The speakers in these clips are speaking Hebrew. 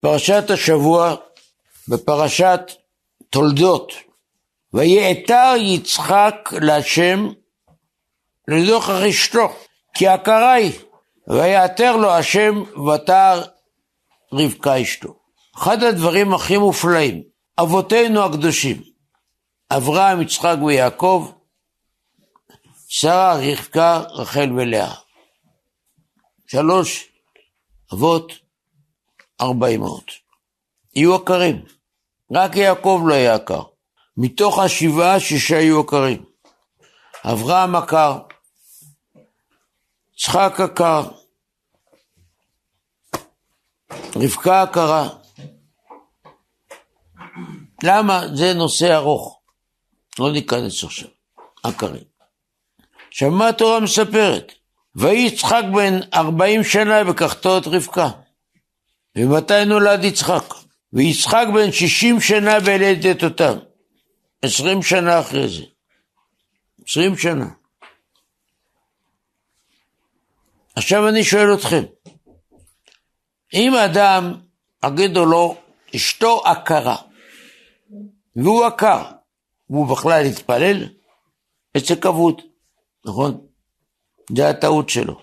פרשת השבוע בפרשת תולדות. ויעתר יצחק להשם לדוכח אשתו, כי עקרה היא. ויעתר לו השם ותער רבקה אשתו. אחד הדברים הכי מופלאים, אבותינו הקדושים, אברהם, יצחק ויעקב, שרה, רבקה, רחל ולאה. 3 אבות, 40 אמהות. יהיו עקרים. רק יעקב לא היה עקר. מתוך 7, 6 היו עקרים. אברהם עקר, יצחק עקר, רבקה עקרה. למה? זה נושא ארוך. לא ניכנס עכשיו. עקרים. עכשיו מה התורה מספרת? ויצחק בן 40 שנה וקחתו את רבקה. ומתי נולד יצחק? ויצחק בן 60 שנה והילדת אותם. 20 שנה אחרי זה. 20 שנה. עכשיו אני שואל אתכם, אם אדם, אגידו לו, אשתו עקרה, והוא עקר, והוא בכלל התפלל, זה כבוד, נכון? זה הטעות שלו.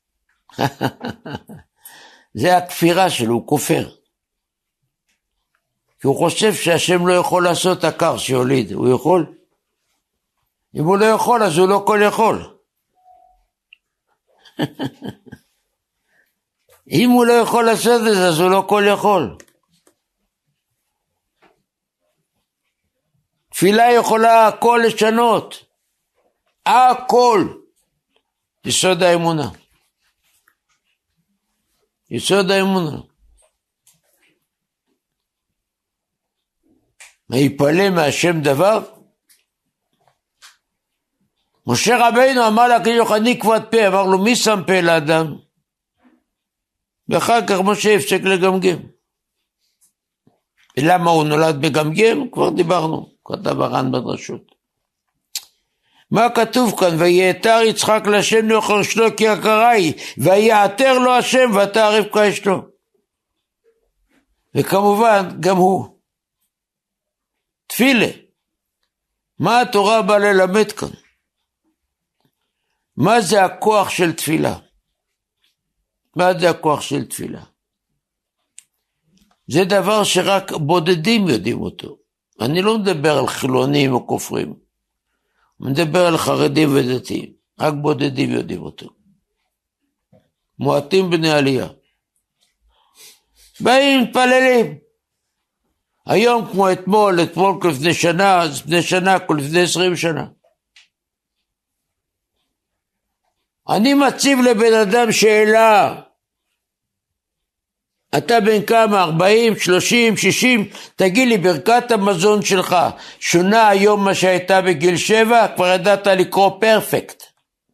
זה הכפירה שלו, הוא כופר. כי הוא חושב שהשם לא יכול לעשות עקר שיוליד, הוא יכול? אם הוא לא יכול, אז הוא לא כל יכול. אם הוא לא יכול לעשות את זה, אז הוא לא כל יכול. תפילה יכולה הכל לשנות. הכל. יסוד האמונה. יסוד האמונה. ויפלא מהשם דבר? משה רבינו אמר לה, אני כבד פה, אמר לו, מי שם פה לאדם? ואחר כך משה הפסק לגמגם. ולמה הוא נולד בגמגם? כבר דיברנו, כתב הר"ן בדרשות. מה כתוב כאן? ויעתר יצחק להשם לדוכח אשתו כי עקרה היא, ויעתר לו השם ותער רבקה אשתו. וכמובן גם הוא. תפילה. מה התורה באה ללמד כאן? מה זה הכוח של תפילה? מה זה הכוח של תפילה? זה דבר שרק בודדים יודעים אותו. אני לא מדבר על חילונים או כופרים. אני מדבר על חרדים ודתיים. רק בודדים יודעים אותו. מועטים בני עלייה. באים, מתפללים. היום כמו אתמול לפני שנה, אז לפני שנה, לפני 20 שנה. אני מציב לבן אדם שאלה, אתה בן כמה, 40, 30, 60, תגיד לי, ברכת המזון שלך שונה היום מה שהייתה בגיל 7, כבר ידעת לקרוא פרפקט.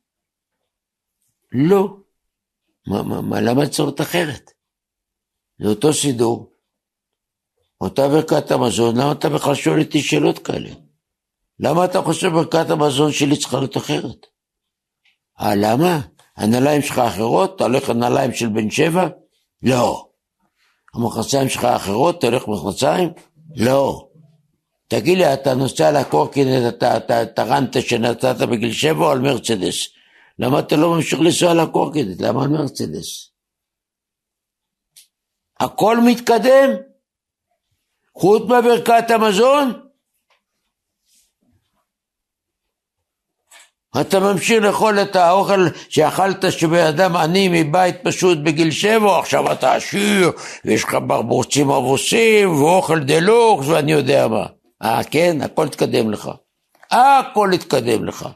לא. למה צורת אחרת? זה אותו סידור. אותה ברכת המזון, למה אתה בכלל שואל איתי שאלות כאלה? למה אתה חושב ברכת המזון שלי צריכה להיות אחרת? למה? הנעליים שלך אחרות? אתה הולך לנעליים של בן 7? לא. המכנסיים שלך אחרות? אתה הולך למכנסיים? לא. תגיד לי, אתה נוסע לקורקינט, אתה טרנטה שנצאת בגיל 7 או על מרצדס? למה אתה לא ממשיך לנסוע לקורקינט? למה על מרצדס? הכל מתקדם. חוץ מברכת המזון, אתה ממשיך לאכול את האוכל שאכלת שבאדם עני מבית פשוט בגיל 7, עכשיו אתה עשיר, ויש לך ברבורצים אבוסים, ואוכל דלוקס, ואני יודע מה. כן, הכל תקדם לך. הכל יתקדם לך.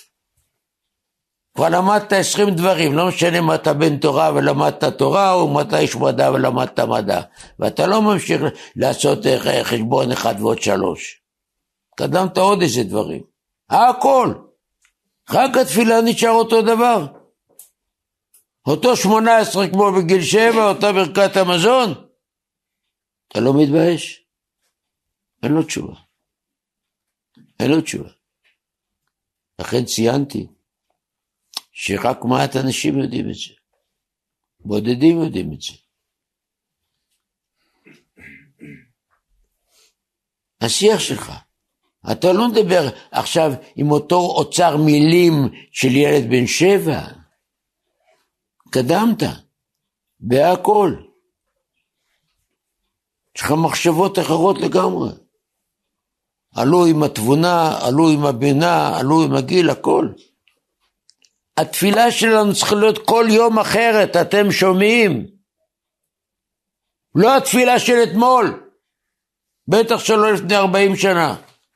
כבר למדת 20 דברים, לא משנה אם אתה בן תורה ולמדת תורה, או אם אתה איש מדע ולמדת מדע. ואתה לא ממשיך לעשות חשבון 1 ועוד 3. קדמת עוד איזה דברים. הכל. רק התפילה נשאר אותו דבר. אותו 18 כמו בגיל 7, אותה ברכת המזון. אתה לא מתבייש? אין לו תשובה. אין לו תשובה. לכן ציינתי. שרק מעט אנשים יודעים את זה. בודדים יודעים את זה. השיח שלך. אתה לא מדבר עכשיו עם אותו אוצר מילים של ילד בן 7. קדמת. בהכל. יש לך מחשבות אחרות לגמרי. עלו עם התבונה, עלו עם הבינה, עלו עם הגיל, הכל. התפילה שלנו צריכה להיות כל יום אחרת, אתם שומעים? לא התפילה של אתמול. בטח שלא לפני 40 שנה.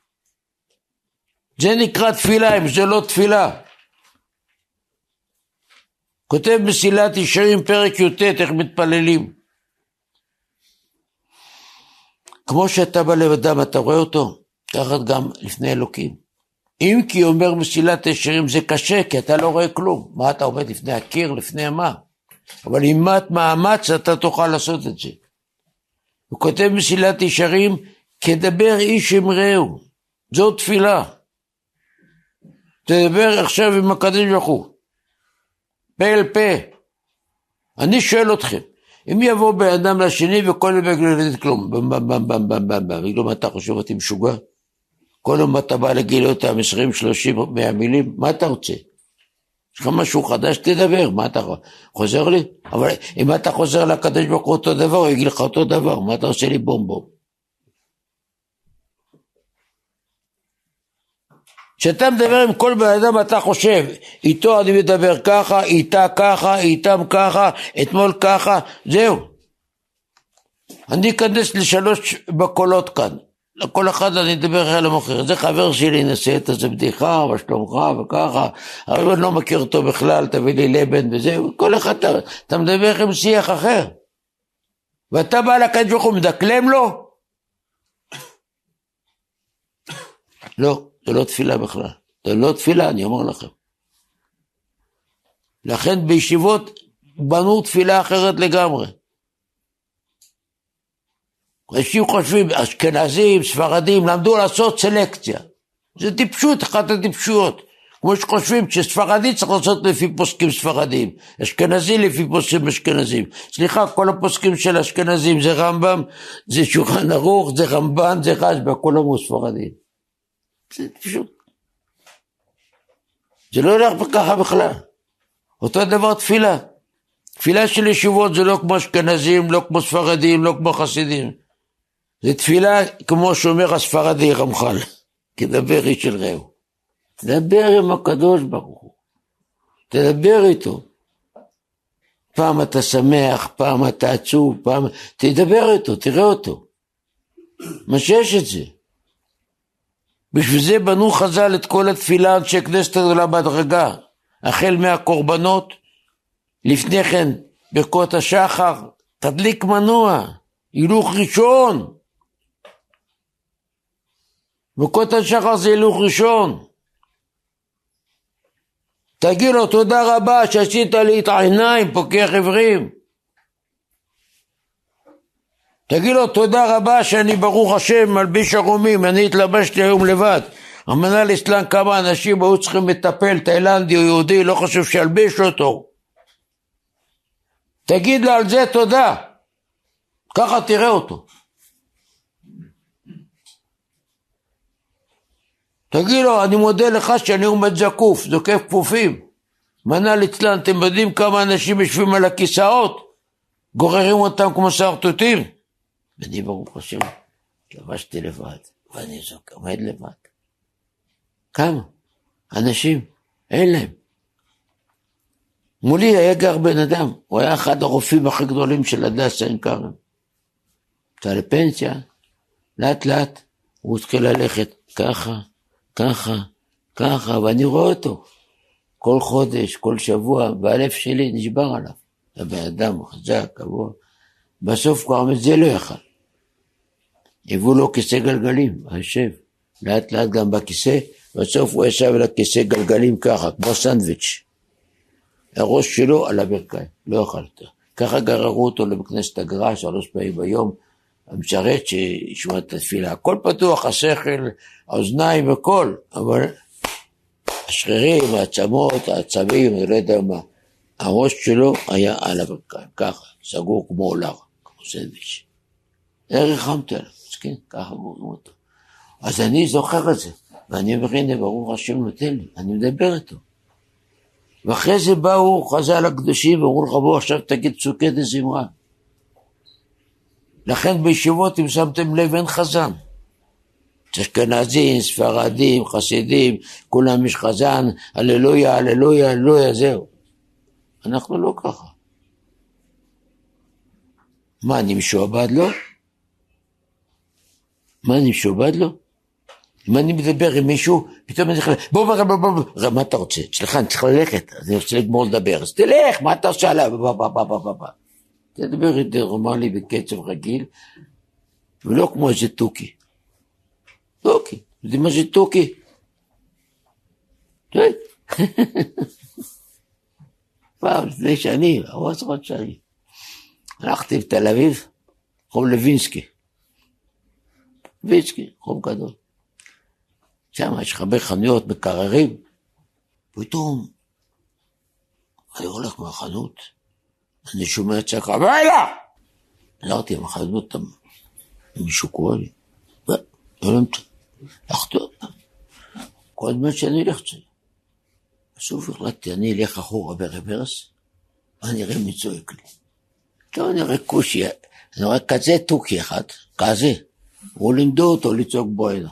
זה נקרא תפילה, אם זה לא תפילה. כותב מסילת ישרים פרק י"ט, איך מתפללים. כמו שאתה בא לבדם, אתה רואה אותו? ככה גם לפני אלוקים. אם כי אומר מסילת ישרים זה קשה, כי אתה לא רואה כלום. מה אתה עומד לפני הקיר, לפני מה? אבל עם מאמץ אתה תוכל לעשות את זה. הוא כותב מסילת ישרים, כדבר איש עם רעהו. זו תפילה. תדבר עכשיו עם הקדוש ברוך הוא. פה אל פה. אני שואל אתכם, אם יבוא באדם לשני וכל יום יגיד כלום, בגלום אתה חושב אותי משוגע? כל יום אתה בא להגיד אותם 20, 30, 100 מילים, מה אתה רוצה? יש לך משהו חדש, תדבר, מה אתה חוזר לי? אבל אם אתה חוזר לקדוש ברוך הוא אותו דבר, הוא יגיד לך אותו דבר, מה אתה עושה לי בום? כשאתה מדבר עם כל בן אדם אתה חושב, איתו אני מדבר ככה, איתה ככה, איתם ככה, אתמול ככה, זהו. אני אכנס לשלוש בקולות כאן, לכל אחד אני אדבר על המוכר, זה חבר שלי, נעשה את זה בדיחה, ושלומך וככה, אבל אני לא מכיר אותו בכלל, תביא לי לבן וזהו, כל אחד אתה מדבר עם שיח אחר, ואתה בא לקדוש ברוך הוא מדקלם לו? לא. זה לא תפילה בכלל. זה לא תפילה, אני אומר לכם. לכן בישיבות בנו תפילה אחרת לגמרי. אנשים חושבים, אשכנזים, ספרדים, למדו לעשות סלקציה. זה טיפשות, אחת הטיפשויות. כמו שחושבים שספרדי צריך לעשות לפי פוסקים ספרדים. אשכנזי לפי פוסקים אשכנזים. סליחה, כל הפוסקים של אשכנזים זה רמב"ם, זה שולחן ערוך, זה רמב"ן, זה רשב"א, כולם הוא ספרדים. זה פשוט. זה לא הולך ככה בכלל. אותו דבר תפילה. תפילה של ישיבות זה לא כמו אשכנזים, לא כמו ספרדים, לא כמו חסידים. זה תפילה כמו שאומר הספרדי רמח"ל. כדבר איש של רעהו. תדבר עם הקדוש ברוך הוא. תדבר איתו. פעם אתה שמח, פעם אתה עצוב, פעם... תדבר איתו, תראה אותו. משש את זה. בשביל זה בנו חז"ל את כל התפילה אנשי כנסת הגדולה בהדרגה, החל מהקורבנות, לפני כן ברכות השחר, תדליק מנוע, הילוך ראשון. ברכות השחר זה הילוך ראשון. תגיד לו תודה רבה שעשית לי את העיניים, פוקח עיוורים. תגיד לו תודה רבה שאני ברוך השם מלביש ערומים, אני התלבשתי היום לבד. אמנה לאסלאם כמה אנשים היו צריכים לטפל, תאילנדי או יהודי, לא חושב שילביש אותו. תגיד לו על זה תודה, ככה תראה אותו. תגיד לו אני מודה לך שאני עומד זקוף, זוקף כפופים. אמנה לאסלאם, אתם יודעים כמה אנשים יושבים על הכיסאות, גוררים אותם כמו סרטוטים. ואני ברוך השם, לבשתי לבד, ואני עומד לבד. כמה? אנשים, אין להם. מולי היה גר בן אדם, הוא היה אחד הרופאים הכי גדולים של הדסה עין כרם. יצא לפנסיה, לאט לאט, הוא התחיל ללכת ככה, ככה, ככה, ואני רואה אותו. כל חודש, כל שבוע, והלב שלי נשבר עליו. הבן אדם חזק, קבוע. בסוף כבר את זה לא יכל. הביאו לו כיסא גלגלים, הישב, לאט לאט גם בכיסא, בסוף הוא ישב על הכיסא גלגלים ככה, כמו סנדוויץ'. הראש שלו על הברכיים, לא יכל יותר. ככה גררו אותו לבכנסת הגר"א 3 פעמים ביום, המשרת שישמע את התפילה. הכל פתוח, השכל, האוזניים וכל, אבל השרירים, העצמות, העצבים, אני לא יודע מה. הראש שלו היה על הברכיים, ככה, סגור כמו אולר, כמו סנדוויץ'. הרחמתי עליו, מסכן, ככה גורם אותו. אז אני זוכר את זה, ואני אומר, הנה, ברוך השם נותן לי, אני מדבר איתו. ואחרי זה באו חז"ל הקדושים, ואמרו לך, בוא עכשיו תגיד פסוקי דזמרה. לכן בישיבות, אם שמתם לב, אין חזן. אשכנזים, ספרדים, חסידים, כולם יש חזן, הללויה, הללויה, הללויה, זהו. אנחנו לא ככה. מה, אני משועבד לו? מה, אני משועבד לו? אם אני מדבר עם מישהו, פתאום אני צריך בוא, מה אתה רוצה? סליחה, אני צריך ללכת, אני רוצה לגמור לדבר, אז תלך, מה אתה עושה עליו? תדבר איתי נורמלי בקצב רגיל, ולא כמו איזה טוקי. טוקי, יודעים מה זה טוקי? פעם, לפני שנים, עשרות שנים, הלכתי בתל אביב, רחוב לוינסקי, רחוב גדול. שם יש הרבה חנויות מקררים, פתאום אני הולך מהחנות, אני שומע צעקה, בילה! הלכתי מהחנות, מישהו קורא לי, הלכתי עוד פעם, כל הזמן שאני אלך צועק. בסוף החלטתי, אני אלך אחורה ברברס, ואני אראה מי צועק לי. טוב, אני רואה קושי, אני רואה כזה טוקי אחד, כזה, הוא לימדו אותו לצעוק בואנה.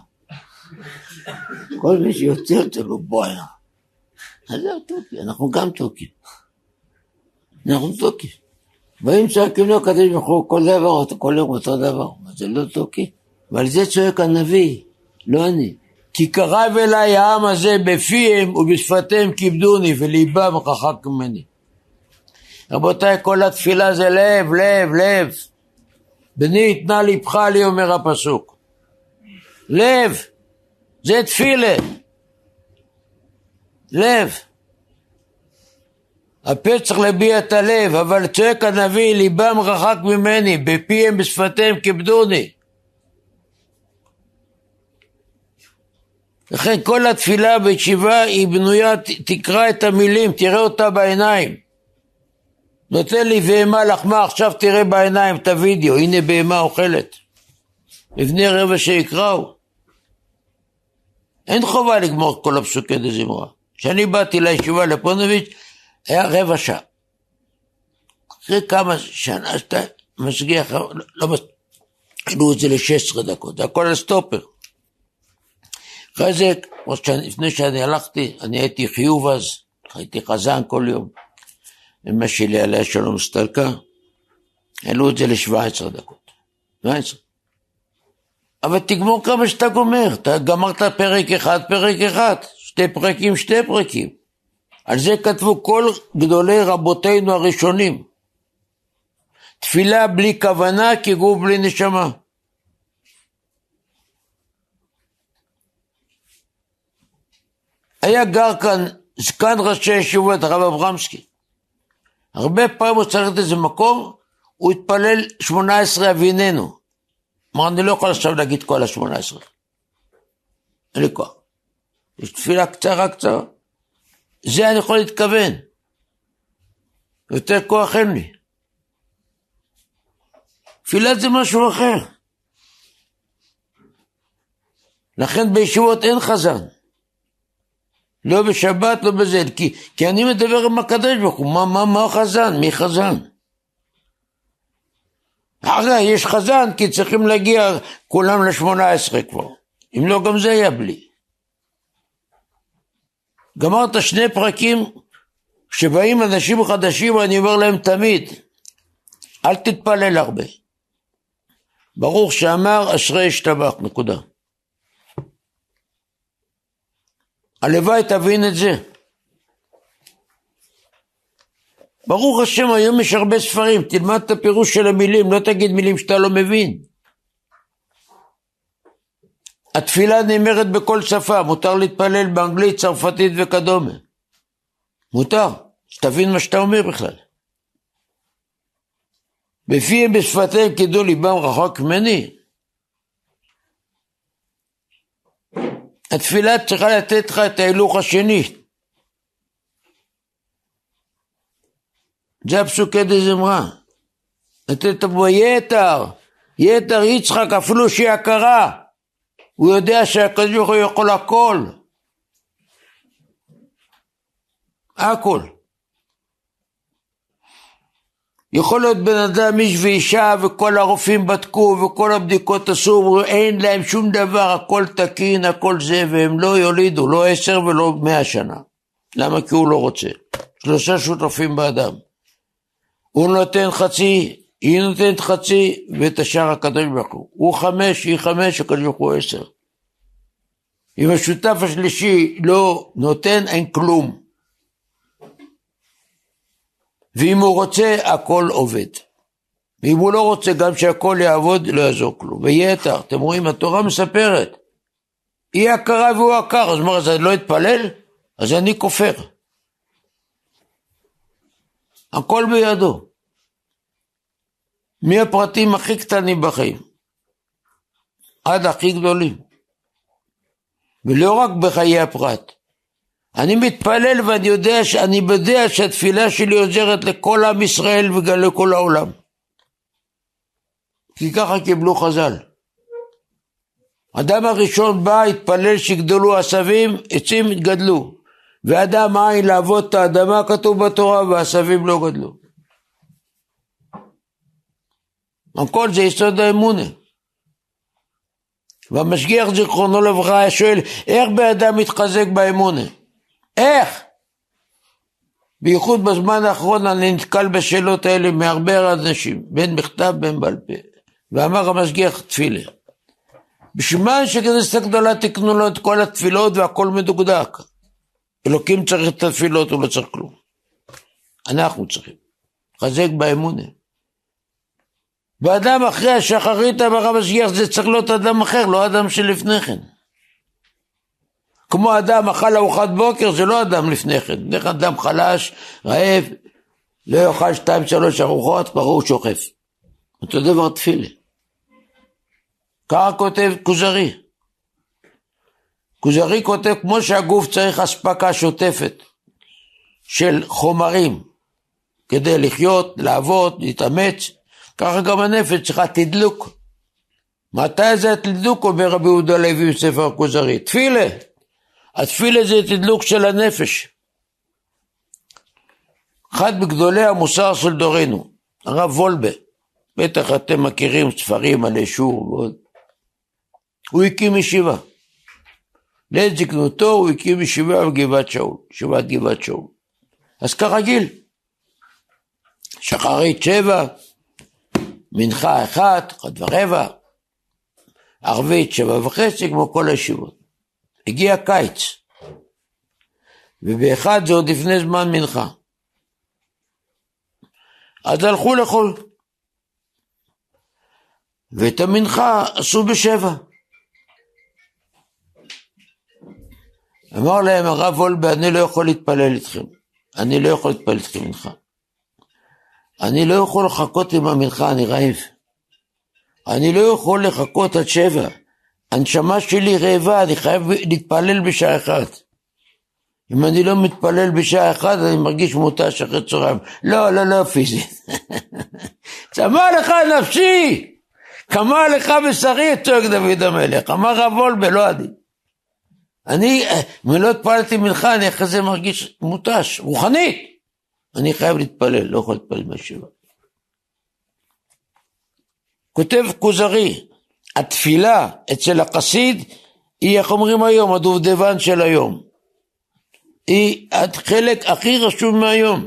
כל מי שיוצא אותו לו בואנה. אז זה טוקי, אנחנו גם טוקים. אנחנו טוקים. באים צועקים לו כזה בחור, כל דבר, כל יום אותו דבר. זה לא טוקי. ועל זה צועק הנביא, לא אני. כי קרב אליי העם הזה בפיהם ובשפתיהם כיבדוני וליבם רחק ממני. רבותיי, כל התפילה זה לב, לב, לב. בני יתנה ליבך לי, אומר הפסוק. לב, זה תפילה. לב. הפה צריך להביע את הלב, אבל צועק הנביא, ליבם רחק ממני, בפיהם בשפתיהם כיבדוני. לכן כל התפילה בישיבה היא בנויה, תקרא את המילים, תראה אותה בעיניים. נותן לי בהמה לחמה, עכשיו תראה בעיניים את הוידאו, הנה בהמה אוכלת. לפני רבע שיקראו. אין חובה לגמור כל הפסוקי דזמרה. כשאני באתי לישיבה לפונוביץ' היה רבע שעה. אחרי כמה שנה שאתה משגיח, לא עלו את זה ל-16 דקות, זה הכל על סטופר. אחרי זה, לפני שאני הלכתי, אני הייתי חיוב אז, הייתי חזן כל יום. אמא שלי עליה שלום סטלקה, העלו את זה ל-17 דקות. 17. אבל תגמור כמה שאתה גומר, אתה גמרת פרק אחד, שתי פרקים. על זה כתבו כל גדולי רבותינו הראשונים. תפילה בלי כוונה כגוף בלי נשמה. היה גר כאן זקן ראשי ישיבות, הרב אברמסקי. הרבה פעמים הוא צריך את איזה מקום, הוא התפלל 18 אביננו. אמר, אני לא יכול עכשיו להגיד כל ה-18. אין לי כוח. יש תפילה קצרה. זה אני יכול להתכוון. יותר כוח אין לי. תפילה זה משהו אחר. לכן בישיבות אין חזן. לא בשבת, לא בזה, כי אני מדבר עם הקדוש ברוך הוא, מה חזן? מי חזן? הרי יש חזן, כי צריכים להגיע כולם ל-18 כבר. אם לא, גם זה היה בלי. גמרת 2 פרקים, שבאים אנשים חדשים, אני אומר להם תמיד, אל תתפלל הרבה. ברוך שאמר, אשרי ישתבח, נקודה. הלוואי תבין את זה. ברוך השם, היום יש הרבה ספרים, תלמד את הפירוש של המילים, לא תגיד מילים שאתה לא מבין. התפילה נאמרת בכל שפה, מותר להתפלל באנגלית, צרפתית וכדומה. מותר, שתבין מה שאתה אומר בכלל. בפיהם בשפתיהם כיבדו ליבם רחוק ממני. התפילה צריכה לתת לך את ההילוך השני. זה הפסוקי דזמרה. לתת ויתר, יתר יצחק אפילו שהיא הכרה, הוא יודע שהקדוש ברוך הוא יכול הכל. הכל. יכול להיות בן אדם איש ואישה וכל הרופאים בדקו וכל הבדיקות עשו, אין להם שום דבר, הכל תקין, הכל זה, והם לא יולידו, לא 10 ולא 100 שנה. למה? כי הוא לא רוצה. 3 שותפים באדם. הוא נותן חצי, היא נותנת חצי, ואת השאר הקדוש ברוך הוא. הוא 5, היא 5, הקדוש ברוך הוא 10. אם השותף השלישי לא נותן, אין כלום. ואם הוא רוצה, הכל עובד. ואם הוא לא רוצה גם שהכל יעבוד, לא יעזור כלום. ויתר, אתם רואים, התורה מספרת. היא הכרה והוא הכר, אז מה, אז אני לא אתפלל? אז אני כופר. הכל בידו. מי הפרטים הכי קטנים בחיים? עד הכי גדולים. ולא רק בחיי הפרט. אני מתפלל ואני יודע שהתפילה שלי עוזרת לכל עם ישראל וגם לכל העולם. כי ככה קיבלו חז"ל. אדם הראשון בא, התפלל שגדלו עשבים, עצים התגדלו. ואדם עין לעבוד את האדמה, כתוב בתורה, והעשבים לא גדלו. הכל זה יסוד האמונה. והמשגיח זיכרונו לברכה היה שואל, איך באדם מתחזק באמונה? איך? בייחוד בזמן האחרון אני נתקל בשאלות האלה מהרבה אנשים, בין בכתב בין בעל פה. ואמר המשגיח תפילה. בשביל מה שכנסת הגדולה תקנו לו את כל התפילות והכל מדוקדק? אלוקים צריך את התפילות, הוא לא צריך כלום. אנחנו צריכים. חזק באמונה. ואדם אחרי השחרית אמר המשגיח, זה צריך להיות אדם אחר, לא אדם שלפני כן. כמו אדם אכל ארוחת בוקר, זה לא אדם לפני כן. דרך אדם חלש, רעב, לא יאכל 2-3 ארוחות, כבר הוא שוכף. אותו דבר תפילה. ככה כותב כוזרי. כוזרי כותב, כמו שהגוף צריך הספקה שוטפת של חומרים, כדי לחיות, לעבוד, להתאמץ, ככה גם הנפש צריכה תדלוק. מתי זה התדלוק, אומר רבי יהודה הלוי בספר הכוזרי? תפילה. התפילה זה תדלוק של הנפש. אחד בגדולי המוסר של דורנו, הרב וולבה, בטח אתם מכירים ספרים על ישור ועוד. הוא הקים ישיבה. לעת זקנותו הוא הקים ישיבה בגבעת שאול, ישיבת גבעת שאול. אז כרגיל, שחרית 7, מנחה 1, 1:15, ערבית 7:30, כמו כל הישיבות. הגיע קיץ, ובאחד זה עוד לפני זמן מנחה. אז הלכו לאכול, ואת המנחה עשו ב7. אמר להם הרב וולבה, אני לא יכול להתפלל איתכם. אני לא יכול להתפלל איתכם מנחה. אני לא יכול לחכות עם המנחה, אני רעב. אני לא יכול לחכות עד 7. הנשמה שלי רעבה, אני חייב להתפלל בשעה 1. אם אני לא מתפלל בשעה 1, אני מרגיש מותש אחרי צהריים. לא, פיזית. צמא לך נפשי, כמה לך בשרי, צועק דוד המלך. אמר רב וולבה, לא אני. אני לא התפללתי מנחה, אני אחרי זה מרגיש מותש, רוחנית. אני חייב להתפלל, לא יכול להתפלל בישיבה. כותב כוזרי, התפילה אצל החסיד היא, איך אומרים היום, הדובדבן של היום. היא החלק הכי חשוב מהיום.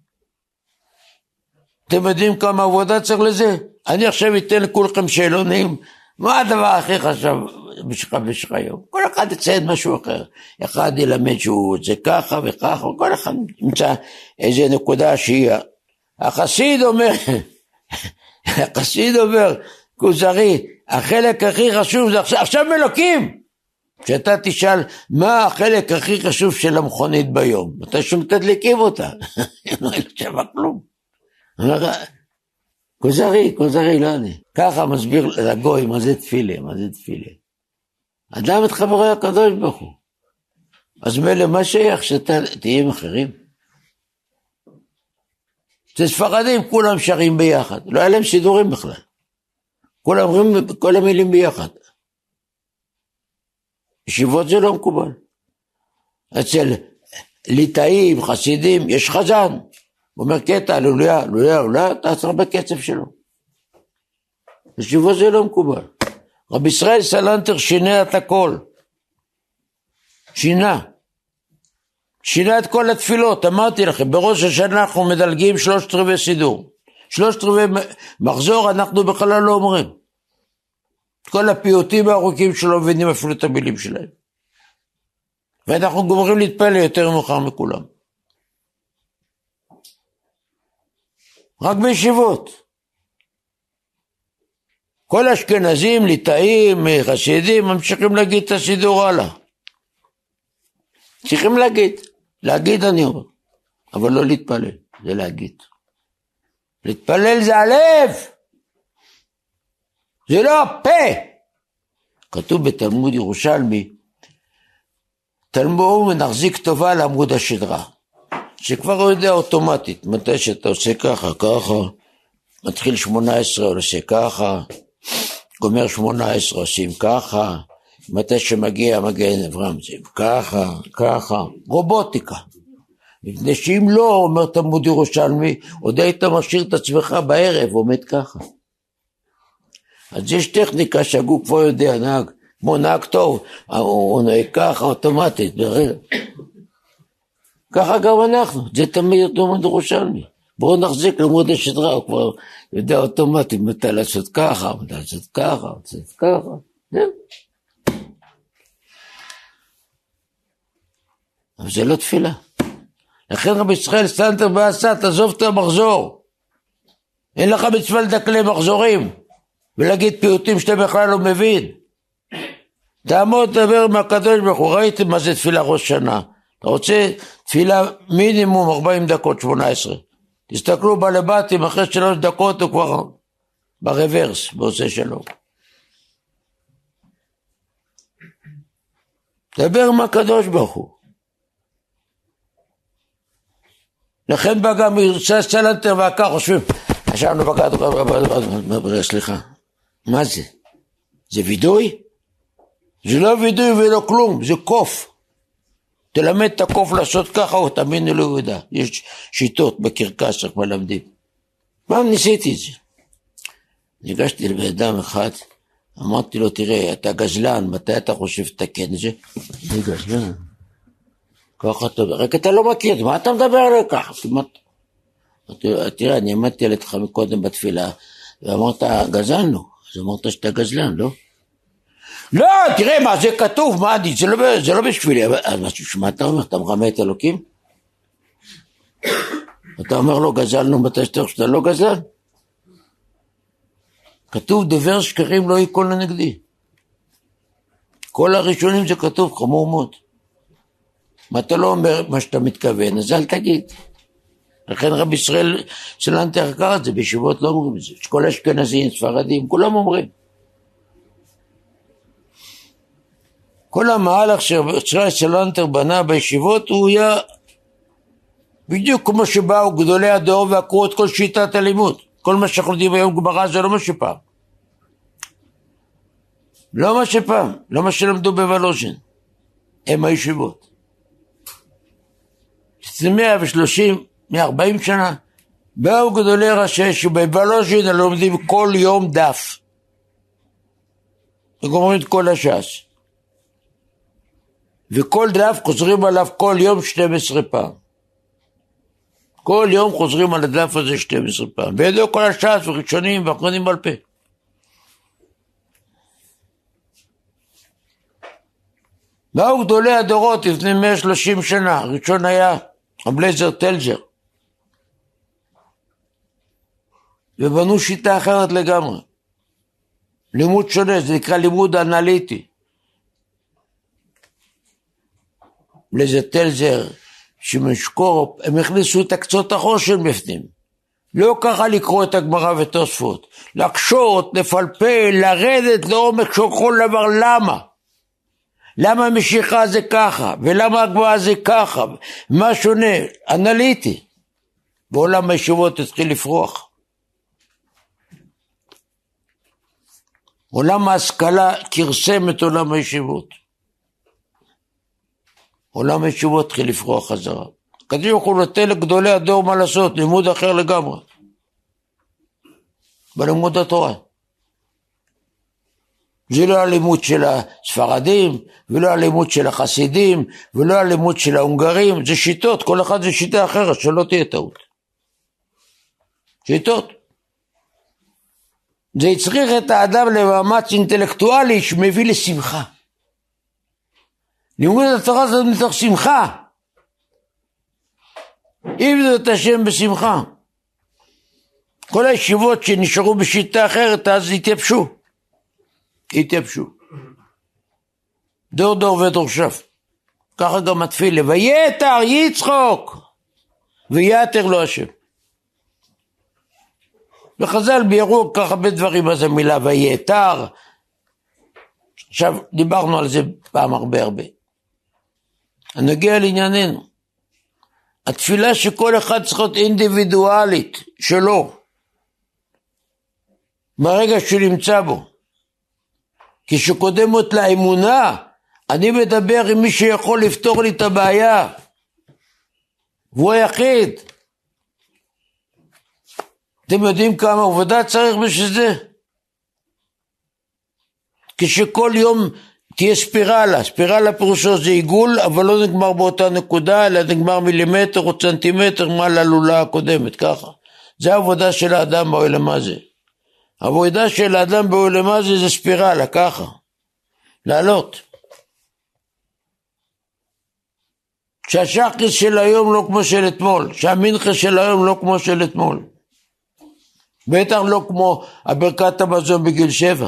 אתם יודעים כמה עבודה צריך לזה? אני עכשיו אתן לכולכם שאלונים, מה הדבר הכי חשוב בשבילך היום? כל אחד יציין משהו אחר. אחד ילמד שהוא זה ככה וככה, כל אחד ימצא איזה נקודה שהיא. החסיד אומר, כוזרי, החלק הכי חשוב זה עכשיו מלוקים. כשאתה תשאל מה החלק הכי חשוב של המכונית ביום, אתה שום תדליקים אותה. לא שווה כלום. כוזרי, לא אני. ככה מסביר לגוי מה זה תפילה. אדם את חברי הקדוש ברוך הוא. אז מילא מה שייך שאתה תהיה עם אחרים? זה ספרדים, כולם שרים ביחד. לא היה להם סידורים בכלל. כולם אומרים כל המילים ביחד. ישיבות זה לא מקובל. אצל ליטאים, חסידים, יש חזן. הוא אומר קטע, הללויה, הללויה, הללויה, אתה צריך בקצב שלו. ישיבות זה לא מקובל. רבי ישראל סלנטר שינה את הכל. שינה את כל התפילות. אמרתי לכם, בראש השנה אנחנו מדלגים 3/4 סידור. 3/4 מחזור אנחנו בכלל לא אומרים. כל הפיוטים הארוכים שלא מבינים אפילו את המילים שלהם. ואנחנו גומרים להתפלל יותר מאוחר מכולם. רק בישיבות. כל אשכנזים, ליטאים, חסידים, ממשיכים להגיד את הסידור הלאה. צריכים להגיד אני אומר, אבל לא להתפלל, זה להגיד. להתפלל זה הלב, זה לא הפה. כתוב בתלמוד ירושלמי, תלמוד נחזיק טובה לעמוד השדרה, שכבר הוא יודע אוטומטית, מתי שאתה עושה ככה, מתחיל 18 עושה ככה, גומר 18 עושים ככה, מתי שמגיע מגן אברהם זה ככה, רובוטיקה. מפני שאם לא, אומר תלמוד ירושלמי, עוד היית משאיר את עצמך בערב, עומד ככה. אז יש טכניקה שהגוף כבר יודע, נהג, כמו נהג טוב, הוא נהג ככה אוטומטית, ככה גם אנחנו, זה תמיד תלמוד ירושלמי. בואו נחזיק לעמוד השדרה, הוא כבר יודע אוטומטית, מתי לעשות ככה, זהו. אבל זה לא תפילה. לכן רבי ישראל סלנטר בעשה, תעזוב את המחזור. אין לך מצווה לדקלם מחזורים, ולהגיד פיוטים שאתה בכלל לא מבין. תעמוד לדבר עם הקדוש ברוך הוא, ראיתם מה זה תפילה ראש שנה. אתה רוצה תפילה מינימום 40 דקות, 18. תסתכלו בלבטים, אחרי 3 דקות הוא כבר ברוורס, בעושה שלום. דבר עם הקדוש ברוך הוא. לכן בא גם ירצה סלנטר והקר חושבים, חשבנו בקדוש, סליחה, מה זה? זה וידוי? זה לא וידוי ולא כלום, זה קוף. תלמד את הקוף לעשות ככה, או תאמינו לא יודע. יש שיטות בקרקס, איך מלמדים. פעם ניסיתי את זה. ניגשתי לבאדם אחד, אמרתי לו, תראה, אתה גזלן, מתי אתה חושב תקן את זה? זה גזלן. ככה אתה, רק אתה לא מכיר, מה אתה מדבר עליו ככה? תראה, אני עמדתי על איתך מקודם בתפילה, ואמרת, גזלנו. אז אמרת שאתה גזלן, לא? לא, תראה מה זה כתוב, מה אני, זה לא בשבילי, אז מה אתה אומר, אתה מרמה את אלוקים? אתה אומר לו גזלנו מתי שאתה לא גזל? כתוב דבר שקרים לא יקול לנגדי. כל הראשונים זה כתוב חמור מאוד. מה אתה לא אומר מה שאתה מתכוון, אז אל תגיד. לכן רבי ישראל סלנטר קרא את זה, בישיבות לא אומרים את זה. כל אשכנזים, ספרדים, כולם אומרים. כל המהלך שישראל סלנטר בנה בישיבות הוא היה בדיוק כמו שבאו גדולי הדור ועקרו את כל שיטת הלימוד. כל מה שאנחנו יודעים היום גמרא זה לא מה שפעם. לא מה שפעם, לא מה שלמדו בוולוז'ין. הם הישיבות. זה 140 שנה. באו גדולי ראשי שבוולוז'ין לומדים כל יום דף. וגומרים את כל הש"ס. וכל דף חוזרים עליו כל יום 12 פעם. כל יום חוזרים על הדף הזה 12 פעם. וידעו כל הש"ס וראשונים ואחרונים בעל פה. באו גדולי הדורות לפני 130 שנה. הראשון היה הבלייזר טלג'ר. ובנו שיטה אחרת לגמרי. לימוד שונה, זה נקרא לימוד אנליטי. בלייזר טלג'ר, שמשקורופ, הם הכניסו את הקצות החושן בפנים. לא ככה לקרוא את הגמרא ותוספות. לקשות, לפלפל, לרדת לעומק של כל דבר. למה? למה המשיכה זה ככה? ולמה הגמרא זה ככה? מה שונה? אנליטי. בעולם הישיבות התחיל לפרוח. עולם ההשכלה כרסם את עולם הישיבות. עולם הישיבות התחיל לפרוח חזרה. הקדוש ברוך הוא נותן לגדולי הדור מה לעשות, לימוד אחר לגמרי. בלימוד התורה. זה לא הלימוד של הספרדים, ולא הלימוד של החסידים, ולא הלימוד של ההונגרים, זה שיטות, כל אחד זה שיטה אחרת, שלא תהיה טעות. שיטות. זה יצריך את האדם למאמץ אינטלקטואלי שמביא לשמחה. לימוד התורה זה מתוך שמחה. אם זאת השם בשמחה. כל הישיבות שנשארו בשיטה אחרת, אז התייבשו. דור דור ודורשיו. ככה גם התפילה. ויתר יצחוק, ויתר לו השם. וחז"ל ביארו ככה בדברים, אז המילה ויתר. עכשיו דיברנו על זה פעם הרבה. נגיע לענייננו. התפילה שכל אחד צריך להיות אינדיבידואלית שלו. ברגע שהוא נמצא בו. כשקודמת לאמונה, אני מדבר עם מי שיכול לפתור לי את הבעיה. והוא היחיד. אתם יודעים כמה עבודה צריך בשביל זה? כשכל יום תהיה ספירלה. ספירלה פירושו זה עיגול, אבל לא נגמר באותה נקודה, אלא נגמר מילימטר או סנטימטר מעל הלולה הקודמת, ככה. זה העבודה של האדם בעולם הזה. העבודה של האדם בעולם הזה זה ספירלה, ככה. לעלות. שהשחריס של היום לא כמו של אתמול, שהמנחה של היום לא כמו של אתמול. בטח לא כמו הברכת המזון בגיל 7.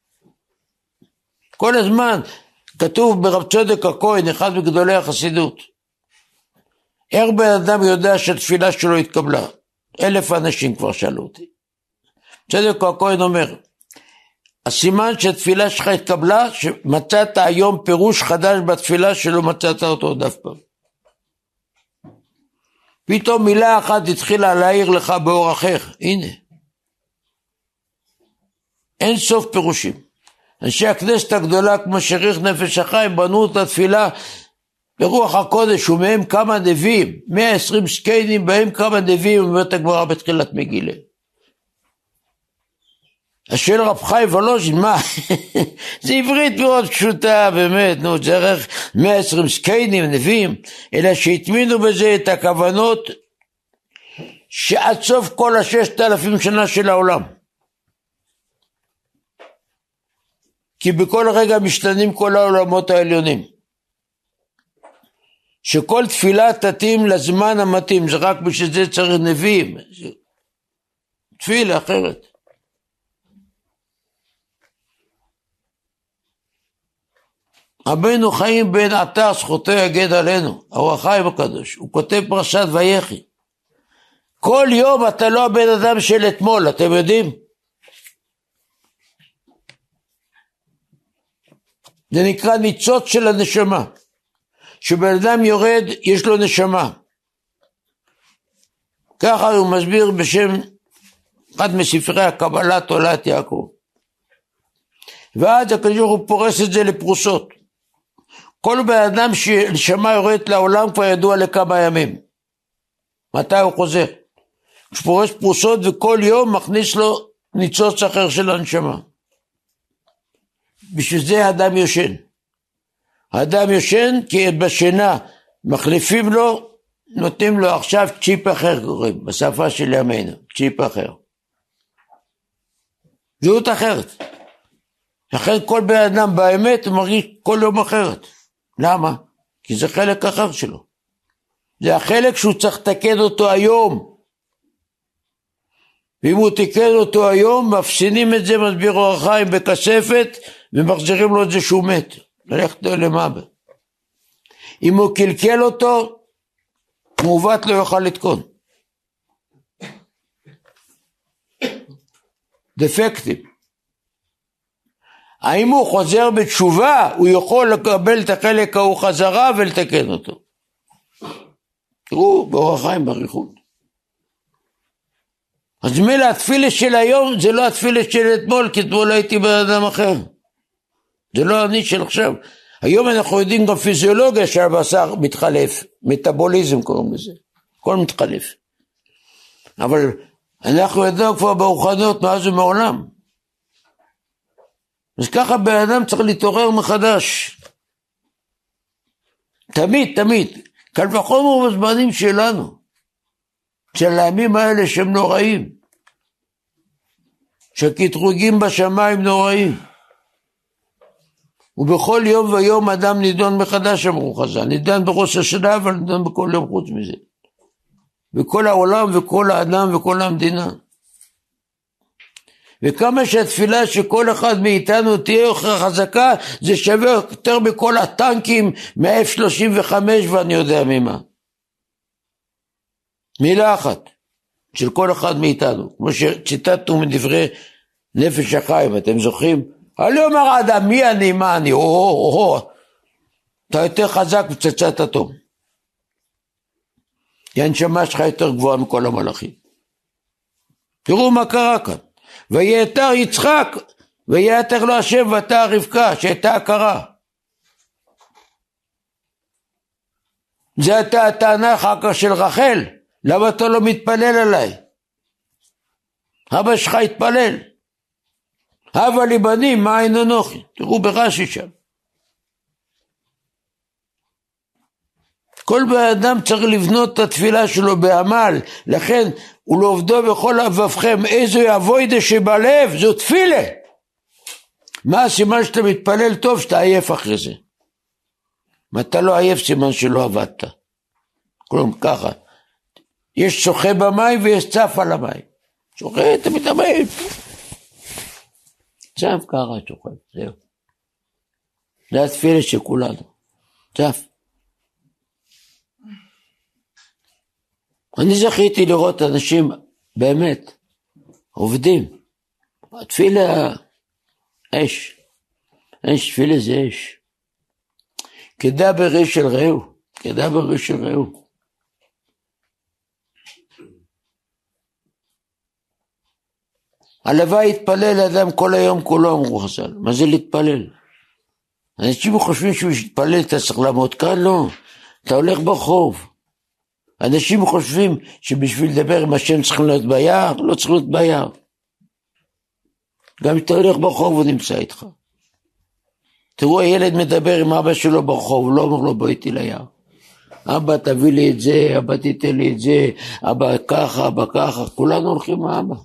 כל הזמן כתוב ברב צודק הכהן, אחד מגדולי החסידות. איך בן אדם יודע שהתפילה שלו התקבלה? 1,000 אנשים כבר שאלו אותי. צודק הכהן אומר, הסימן שהתפילה שלך התקבלה, שמצאת היום פירוש חדש בתפילה שלא מצאת אותו עוד אף פעם. פתאום מילה אחת התחילה להעיר לך באור אחר, הנה. אין סוף פירושים. אנשי הכנסת הגדולה כמו שריך נפש החיים בנו את התפילה ברוח הקודש ומהם כמה נביאים, 120 סקיינים בהם כמה נביאים, אומרת הגמרא בתחילת מגילה. השאל רב חיים ולוז'ין, מה? זה עברית מאוד פשוטה באמת, נו, צריך 120 סקיינים, נביאים, אלא שהתמינו בזה את הכוונות שעד סוף כל 6,000 שנה של העולם. כי בכל רגע משתנים כל העולמות העליונים. שכל תפילה תתאים לזמן המתאים, זה רק בשביל זה צריך נביאים. תפילה אחרת. רבנו חיים בן עטר, זכותו יגד עלינו, אור החיים הקדוש, הוא כותב פרשת ויחי. כל יום אתה לא הבן אדם של אתמול, אתם יודעים? זה נקרא ניצוץ של הנשמה. שבן אדם יורד, יש לו נשמה. ככה הוא מסביר בשם אחד מספרי הקבלה תולעת יעקב. ואז הקדוש ברוך הוא פורס את זה לפרוסות. כל בן אדם שנשמה יורדת לעולם כבר ידוע לכמה ימים. מתי הוא חוזר? הוא פורס פרוסות וכל יום מכניס לו ניצוץ אחר של הנשמה. בשביל זה האדם יושן. האדם יושן כי בשינה מחליפים לו, נותנים לו עכשיו צ'יפ אחר, קוראים, בשפה של ימינו, צ'יפ אחר. זהות אחרת. לכן כל בן אדם באמת הוא מרגיש כל יום אחרת. למה? כי זה חלק אחר שלו. זה החלק שהוא צריך לתקן אותו היום. ואם הוא תיקן אותו היום, מפסינים את זה, מסביר אור החיים בכספת, ומחזירים לו את זה שהוא מת. ללכת לו למעבר. אם הוא קלקל אותו, מעוות לא יוכל לתקון. דפקטים. האם הוא חוזר בתשובה, הוא יכול לקבל את החלק ההוא חזרה ולתקן אותו. תראו, באור החיים בריחות. אז מילא התפילה של היום זה לא התפילה של אתמול, כי אתמול הייתי באדם אחר. זה לא אני של עכשיו. היום אנחנו יודעים גם פיזיולוגיה שהבשר מתחלף, מטאבוליזם קוראים לזה, הכל מתחלף. אבל אנחנו יודעים כבר ברוחניות מאז ומעולם. אז ככה בן אדם צריך להתעורר מחדש. תמיד. קל וחומר בזמנים שלנו. של הימים האלה שהם נוראים. שקטרוגים בשמיים נוראים. ובכל יום ויום אדם נידון מחדש, אמרו חז"ל. נידון בראש השנה, אבל נידון בכל יום חוץ מזה. וכל העולם וכל האדם וכל המדינה. וכמה שהתפילה שכל אחד מאיתנו תהיה חזקה, זה שווה יותר מכל הטנקים מה-F-35 ואני יודע ממה. מילה אחת של כל אחד מאיתנו, כמו שציטטנו מדברי נפש החיים, אתם זוכרים? אני אומר אדם, מי אני, מה אני, אתה יותר חזק פצצת אטום. הנשמה שלך יותר גבוהה מכל המלאכים. תראו מה קרה כאן. ויתר יצחק, ויתר לו השם, ותר רבקה, שהייתה הכרה. זה הייתה הטענה אחר כך של רחל, למה אתה לא מתפלל עליי? אבא שלך התפלל. הבה לי בנים, מה אין אנוכי? תראו ברש"י שם. כל בן אדם צריך לבנות את התפילה שלו בעמל, לכן ולעובדו בכל לבבכם, איזו אבוידה שבלב, זו תפילה. מה הסימן שאתה מתפלל טוב, שאתה עייף אחרי זה? אם אתה לא עייף, סימן שלא עבדת. כלום ככה, יש שוחה במים ויש צף על המים. שוחה, אתה מתאמן. צף ככה שוחה, זהו. זה התפילה של כולנו. צף. אני זכיתי לראות אנשים באמת עובדים. התפילה אש. תפילה זה אש. כדבר איש של רעהו. כדבר איש של רעהו. הלוואי יתפלל אדם כל היום כולו, אמרו חז"ל. מה זה להתפלל? אנשים חושבים שהוא יתפלל, אתה צריך לעמוד כאן? לא. אתה הולך ברחוב. אנשים חושבים שבשביל לדבר עם השם צריכים להיות ביער, לא צריכים להיות ביער. גם אם אתה הולך ברחוב הוא נמצא איתך. תראו, הילד מדבר עם אבא שלו ברחוב, הוא לא אומר לו בוא איתי ליער. אבא תביא לי את זה, אבא תיתן לי את זה, אבא ככה, אבא ככה, כולנו הולכים עם אבא.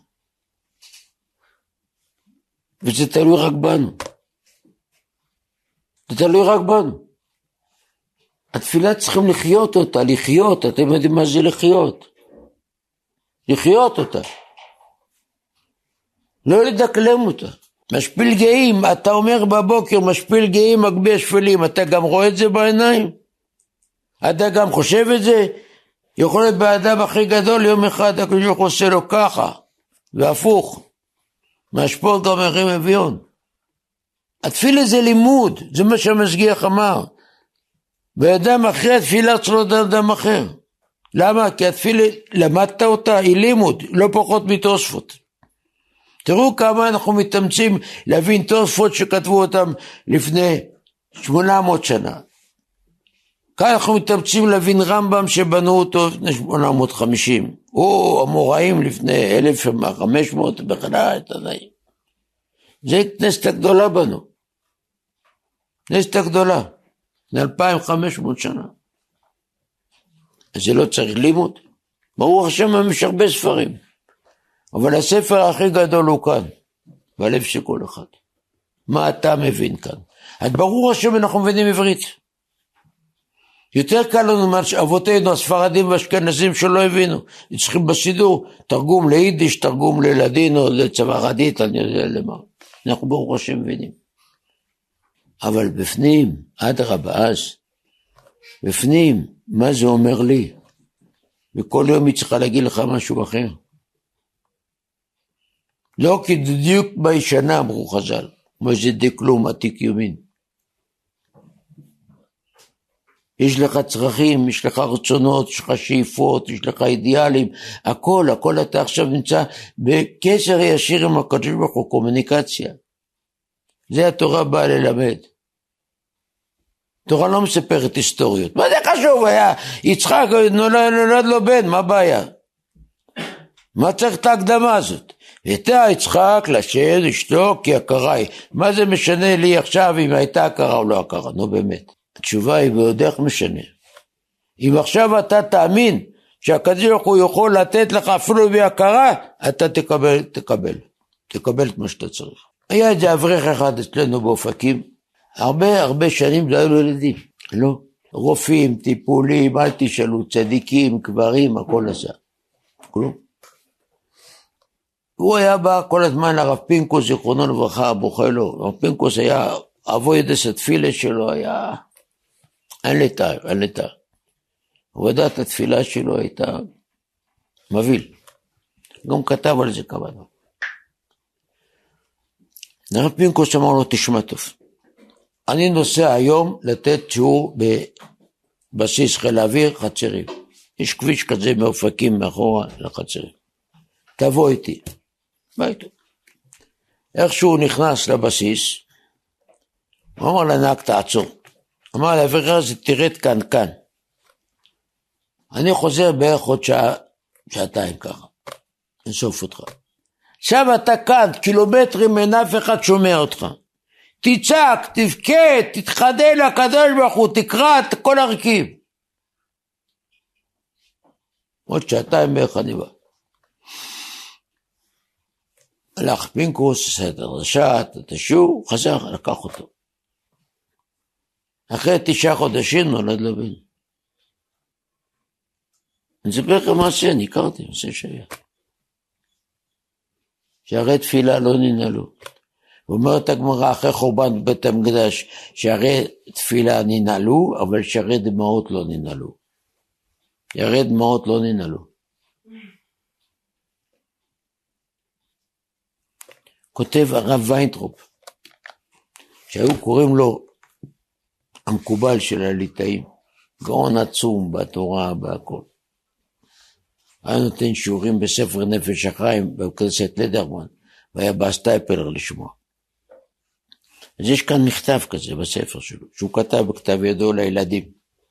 וזה תלוי רק בנו. זה תלוי רק בנו. התפילה צריכים לחיות אותה, לחיות, אתם יודעים מה זה לחיות? לחיות אותה. לא לדקלם אותה. משפיל גאים, אתה אומר בבוקר, משפיל גאים, מגביה שפלים, אתה גם רואה את זה בעיניים? אתה גם חושב את זה? יכול להיות באדם הכי גדול, יום אחד הקדוש ברוך הוא עושה לו ככה, והפוך. מהשפול גם מרים אביון. התפילה זה לימוד, זה מה שהמשגיח אמר. ואדם אחרי התפילה צריך להיות אדם אחר. למה? כי התפילה, למדת אותה, היא לימוד, לא פחות מתוספות. תראו כמה אנחנו מתאמצים להבין תוספות שכתבו אותם לפני 800 שנה. כאן אנחנו מתאמצים להבין רמב"ם שבנו אותו לפני 850. או המוראים לפני 1500 בכלל את הנעים. זה כנסת הגדולה בנו. כנסת הגדולה. זה 2500 שנה. אז זה לא צריך לימוד. ברוך השם יש הרבה ספרים. אבל הספר הכי גדול הוא כאן. בלב של כל אחד. מה אתה מבין כאן? אז ברוך השם אנחנו מבינים עברית. יותר קל לנו מה שאבותינו הספרדים והאשכנזים שלא הבינו. צריכים בסידור תרגום ליידיש, תרגום ללדינו, לצווארדית, אני יודע למה. אנחנו ברוך השם מבינים. אבל בפנים, אדרבה אז, בפנים, מה זה אומר לי? וכל יום היא צריכה להגיד לך משהו אחר. לא כי דיוק בישנה, אמרו חז"ל, מה זה דקלום עתיק יומין. יש לך צרכים, יש לך רצונות, יש לך שאיפות, יש לך אידיאלים, הכל אתה עכשיו נמצא בקשר ישיר עם הקדוש ברוך הוא, קומוניקציה. זה התורה באה ללמד. תורה לא מספרת היסטוריות. מה זה חשוב? היה יצחק, נולד לו בן, מה הבעיה? מה צריך את ההקדמה הזאת? הייתה יצחק לשם אשתו כי הכרה היא. מה זה משנה לי עכשיו אם הייתה הכרה או לא הכרה? נו באמת. התשובה היא ועוד איך משנה. אם עכשיו אתה תאמין שהקדוש ברוך הוא יכול לתת לך אפילו בהכרה, אתה תקבל את מה שאתה צריך. היה איזה אברך אחד אצלנו באופקים, הרבה שנים לא היו לו ילדים. לא. רופאים, טיפולים, אל תשאלו, צדיקים, קברים, הכל עשה. כלום. הוא היה בא כל הזמן לרב פינקוס, זיכרונו לברכה, בוכה לו. הרב פינקוס היה, אבוידס התפילה שלו היה, אין לתאר. עבודת התפילה שלו הייתה מבהיל. גם כתב על זה כמה דבר. הרב פינקוס אמר לו, תשמע טוב. אני נוסע היום לתת שיעור בבסיס חיל האוויר חצרים. יש כביש כזה מאופקים מאחורה לחצרים. תבוא איתי. בא איתו. איך שהוא נכנס לבסיס, הוא אמר לנהג תעצור. אמר לאברך הזה תרד כאן. אני חוזר בערך עוד שעתיים ככה. נסוף אותך. עכשיו אתה כאן, קילומטרים אין אף אחד שומע אותך. תצעק, תבכה, תתחדל לקדוש ברוך הוא, תקרא את כל הרכיב. עוד שעתיים בערך אני בא. הלך פינקוס, עשה את הדרשה, את השיעור, חזר, לקח אותו. אחרי 9 חודשים נולד לו בן. אני אספר לכם מעשה, אני הכרתי, מעשה שהיה. שערי תפילה לא ננעלו. ואומרת הגמרא אחרי חורבן בית המקדש, שערי תפילה ננעלו, אבל שערי דמעות לא ננעלו. שערי דמעות לא ננעלו. כותב הרב ויינטרופ, שהיו קוראים לו המקובל של הליטאים, גאון עצום בתורה, בהכל. היה נותן שיעורים בספר נפש החיים, בכנסת לדרמן, והיה בא סטייפלר לשמוע. אז יש כאן מכתב כזה בספר שלו, שהוא כתב בכתב ידו לילדים.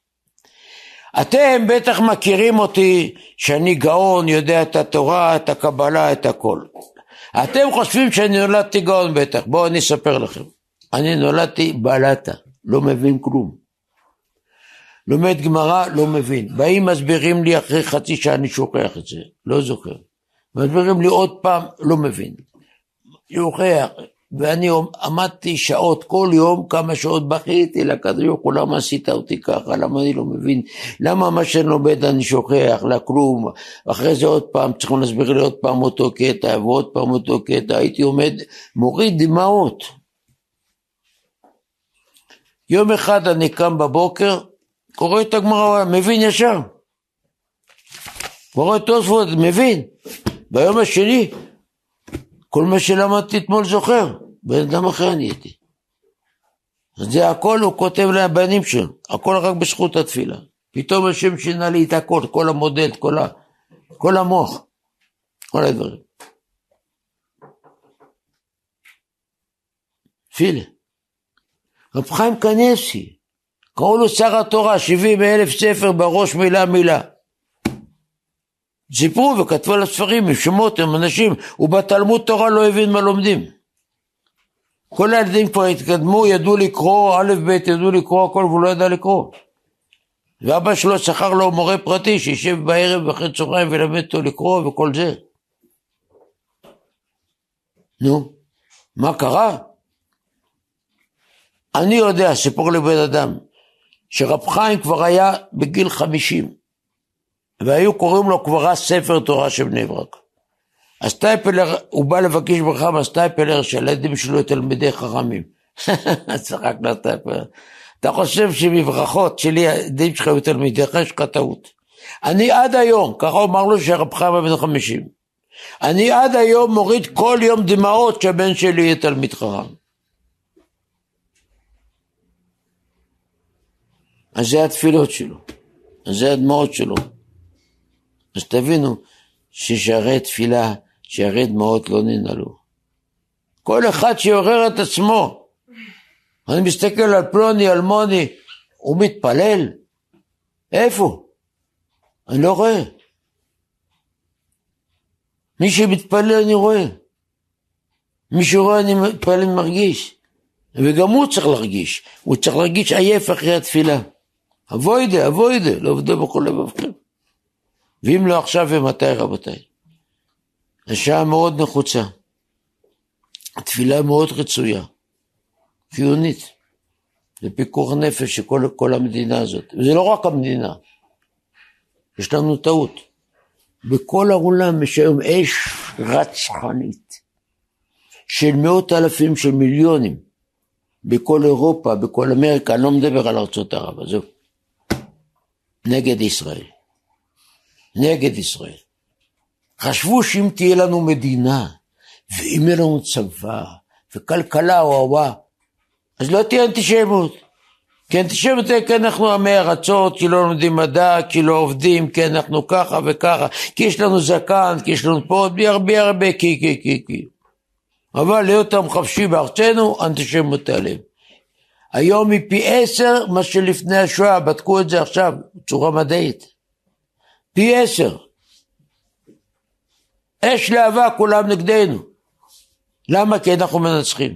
אתם בטח מכירים אותי, שאני גאון, יודע את התורה, את הקבלה, את הכל. אתם חושבים שאני נולדתי גאון בטח, בואו אני אספר לכם. אני נולדתי בלטה, לא מבין כלום. לומד גמרא, לא מבין. באים מסבירים לי אחרי חצי שעה אני שוכח את זה, לא זוכר. מסבירים לי עוד פעם, לא מבין. שוכח, ואני עמדתי שעות כל יום, כמה שעות בכיתי לקדוש ברוך הוא, למה עשית אותי ככה, למה אני לא מבין, למה מה שאני לומד אני שוכח, לכלום, אחרי זה עוד פעם, צריכים להסביר לי עוד פעם אותו קטע, ועוד פעם אותו קטע, הייתי עומד, מוריד דמעות. יום אחד אני קם בבוקר, קורא את הגמרא, מבין ישר. קורא את תוספות, מבין. ביום השני, כל מה שלמדתי אתמול זוכר, בן אדם אחר אני הייתי. אז זה הכל הוא כותב לבנים שלו, הכל רק בזכות התפילה. פתאום השם שינה לי את הכל, כל המודל, כל המוח, כל הדברים. תפילה. רב חיים קניאסי, קראו לו שר התורה, 70,000 ספר בראש מילה. סיפרו וכתבו על הספרים, עם שמות, עם אנשים, ובתלמוד תורה לא הבין מה לומדים. כל הילדים כבר התקדמו, ידעו לקרוא, א' ב' ידעו לקרוא הכל, והוא לא ידע לקרוא. ואבא שלו שכר לו מורה פרטי, שישב בערב אחרי צהריים ולמד אותו לקרוא וכל זה. נו, מה קרה? אני יודע, סיפור לבן אדם, שרב חיים כבר היה בגיל 50, והיו קוראים לו כבר ספר תורה של בני ברק. הסטייפלר, הוא בא לבקש ברכה מהסטייפלר של הילדים שלו תלמידי חכמים. צחק לסטייפלר. אתה חושב שבברכות שלי, הילדים שלך היו תלמידיך, יש לך טעות. אני עד היום, ככה אמר לו שרב חיים בן 50, אני עד היום מוריד כל יום דמעות שהבן שלי יהיה תלמיד חכם. אז זה התפילות שלו, אז זה הדמעות שלו. אז תבינו ששערי תפילה, שערי דמעות לא ננעלו. כל אחד שיעורר את עצמו. אני מסתכל על פלוני, אלמוני, הוא מתפלל. איפה? אני לא רואה. מי שמתפלל אני רואה. מי שרואה אני מתפלל מרגיש. וגם הוא צריך להרגיש. הוא צריך להרגיש עייף אחרי התפילה. אבוידה, לא עובדו בכל לבבכם. ואם לא עכשיו ומתי רבותיי. השעה מאוד נחוצה. התפילה מאוד רצויה. חיונית. זה פיקוח נפש של כל המדינה הזאת. וזה לא רק המדינה. יש לנו טעות. בכל העולם יש היום אש רצחנית. של 100,000 של מיליונים. בכל אירופה, בכל אמריקה. אני לא מדבר על ארצות ערב. זהו. נגד ישראל. נגד ישראל. חשבו שאם תהיה לנו מדינה, ואם יהיה לנו צבא, וכלכלה אוהבה, אז לא תהיה אנטישמיות. כי אנטישמיות כי אנחנו עמי ארצות, כי לא לומדים מדע, כי לא עובדים, כי אנחנו ככה וככה, כי יש לנו זקן, כי יש לנו פה הרבה, כי. אבל להיות עם חפשי בארצנו, אנטישמיות תעלם. היום היא פי 10 מה שלפני השואה, בדקו את זה עכשיו, בצורה מדעית. פי 10. אש להבה, כולם נגדנו. למה? כי אנחנו מנצחים.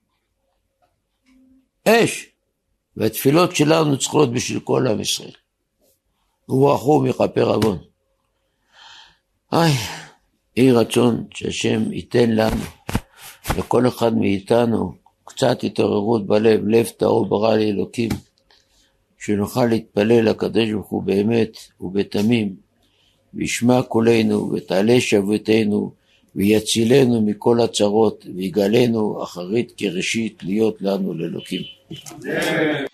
אש. והתפילות שלנו צריכות בשביל כל עם ישראל. וברכו מכפר עוון. יהי רצון שהשם ייתן לנו, לכל אחד מאיתנו, קצת התעוררות בלב, לב טהור ברא לאלוקים, שנוכל להתפלל לקדוש ברוך הוא באמת ובתמים, וישמע קולנו ותעלה שבותנו, ויצילנו מכל הצרות, ויגלנו אחרית כראשית להיות לנו לאלוקים.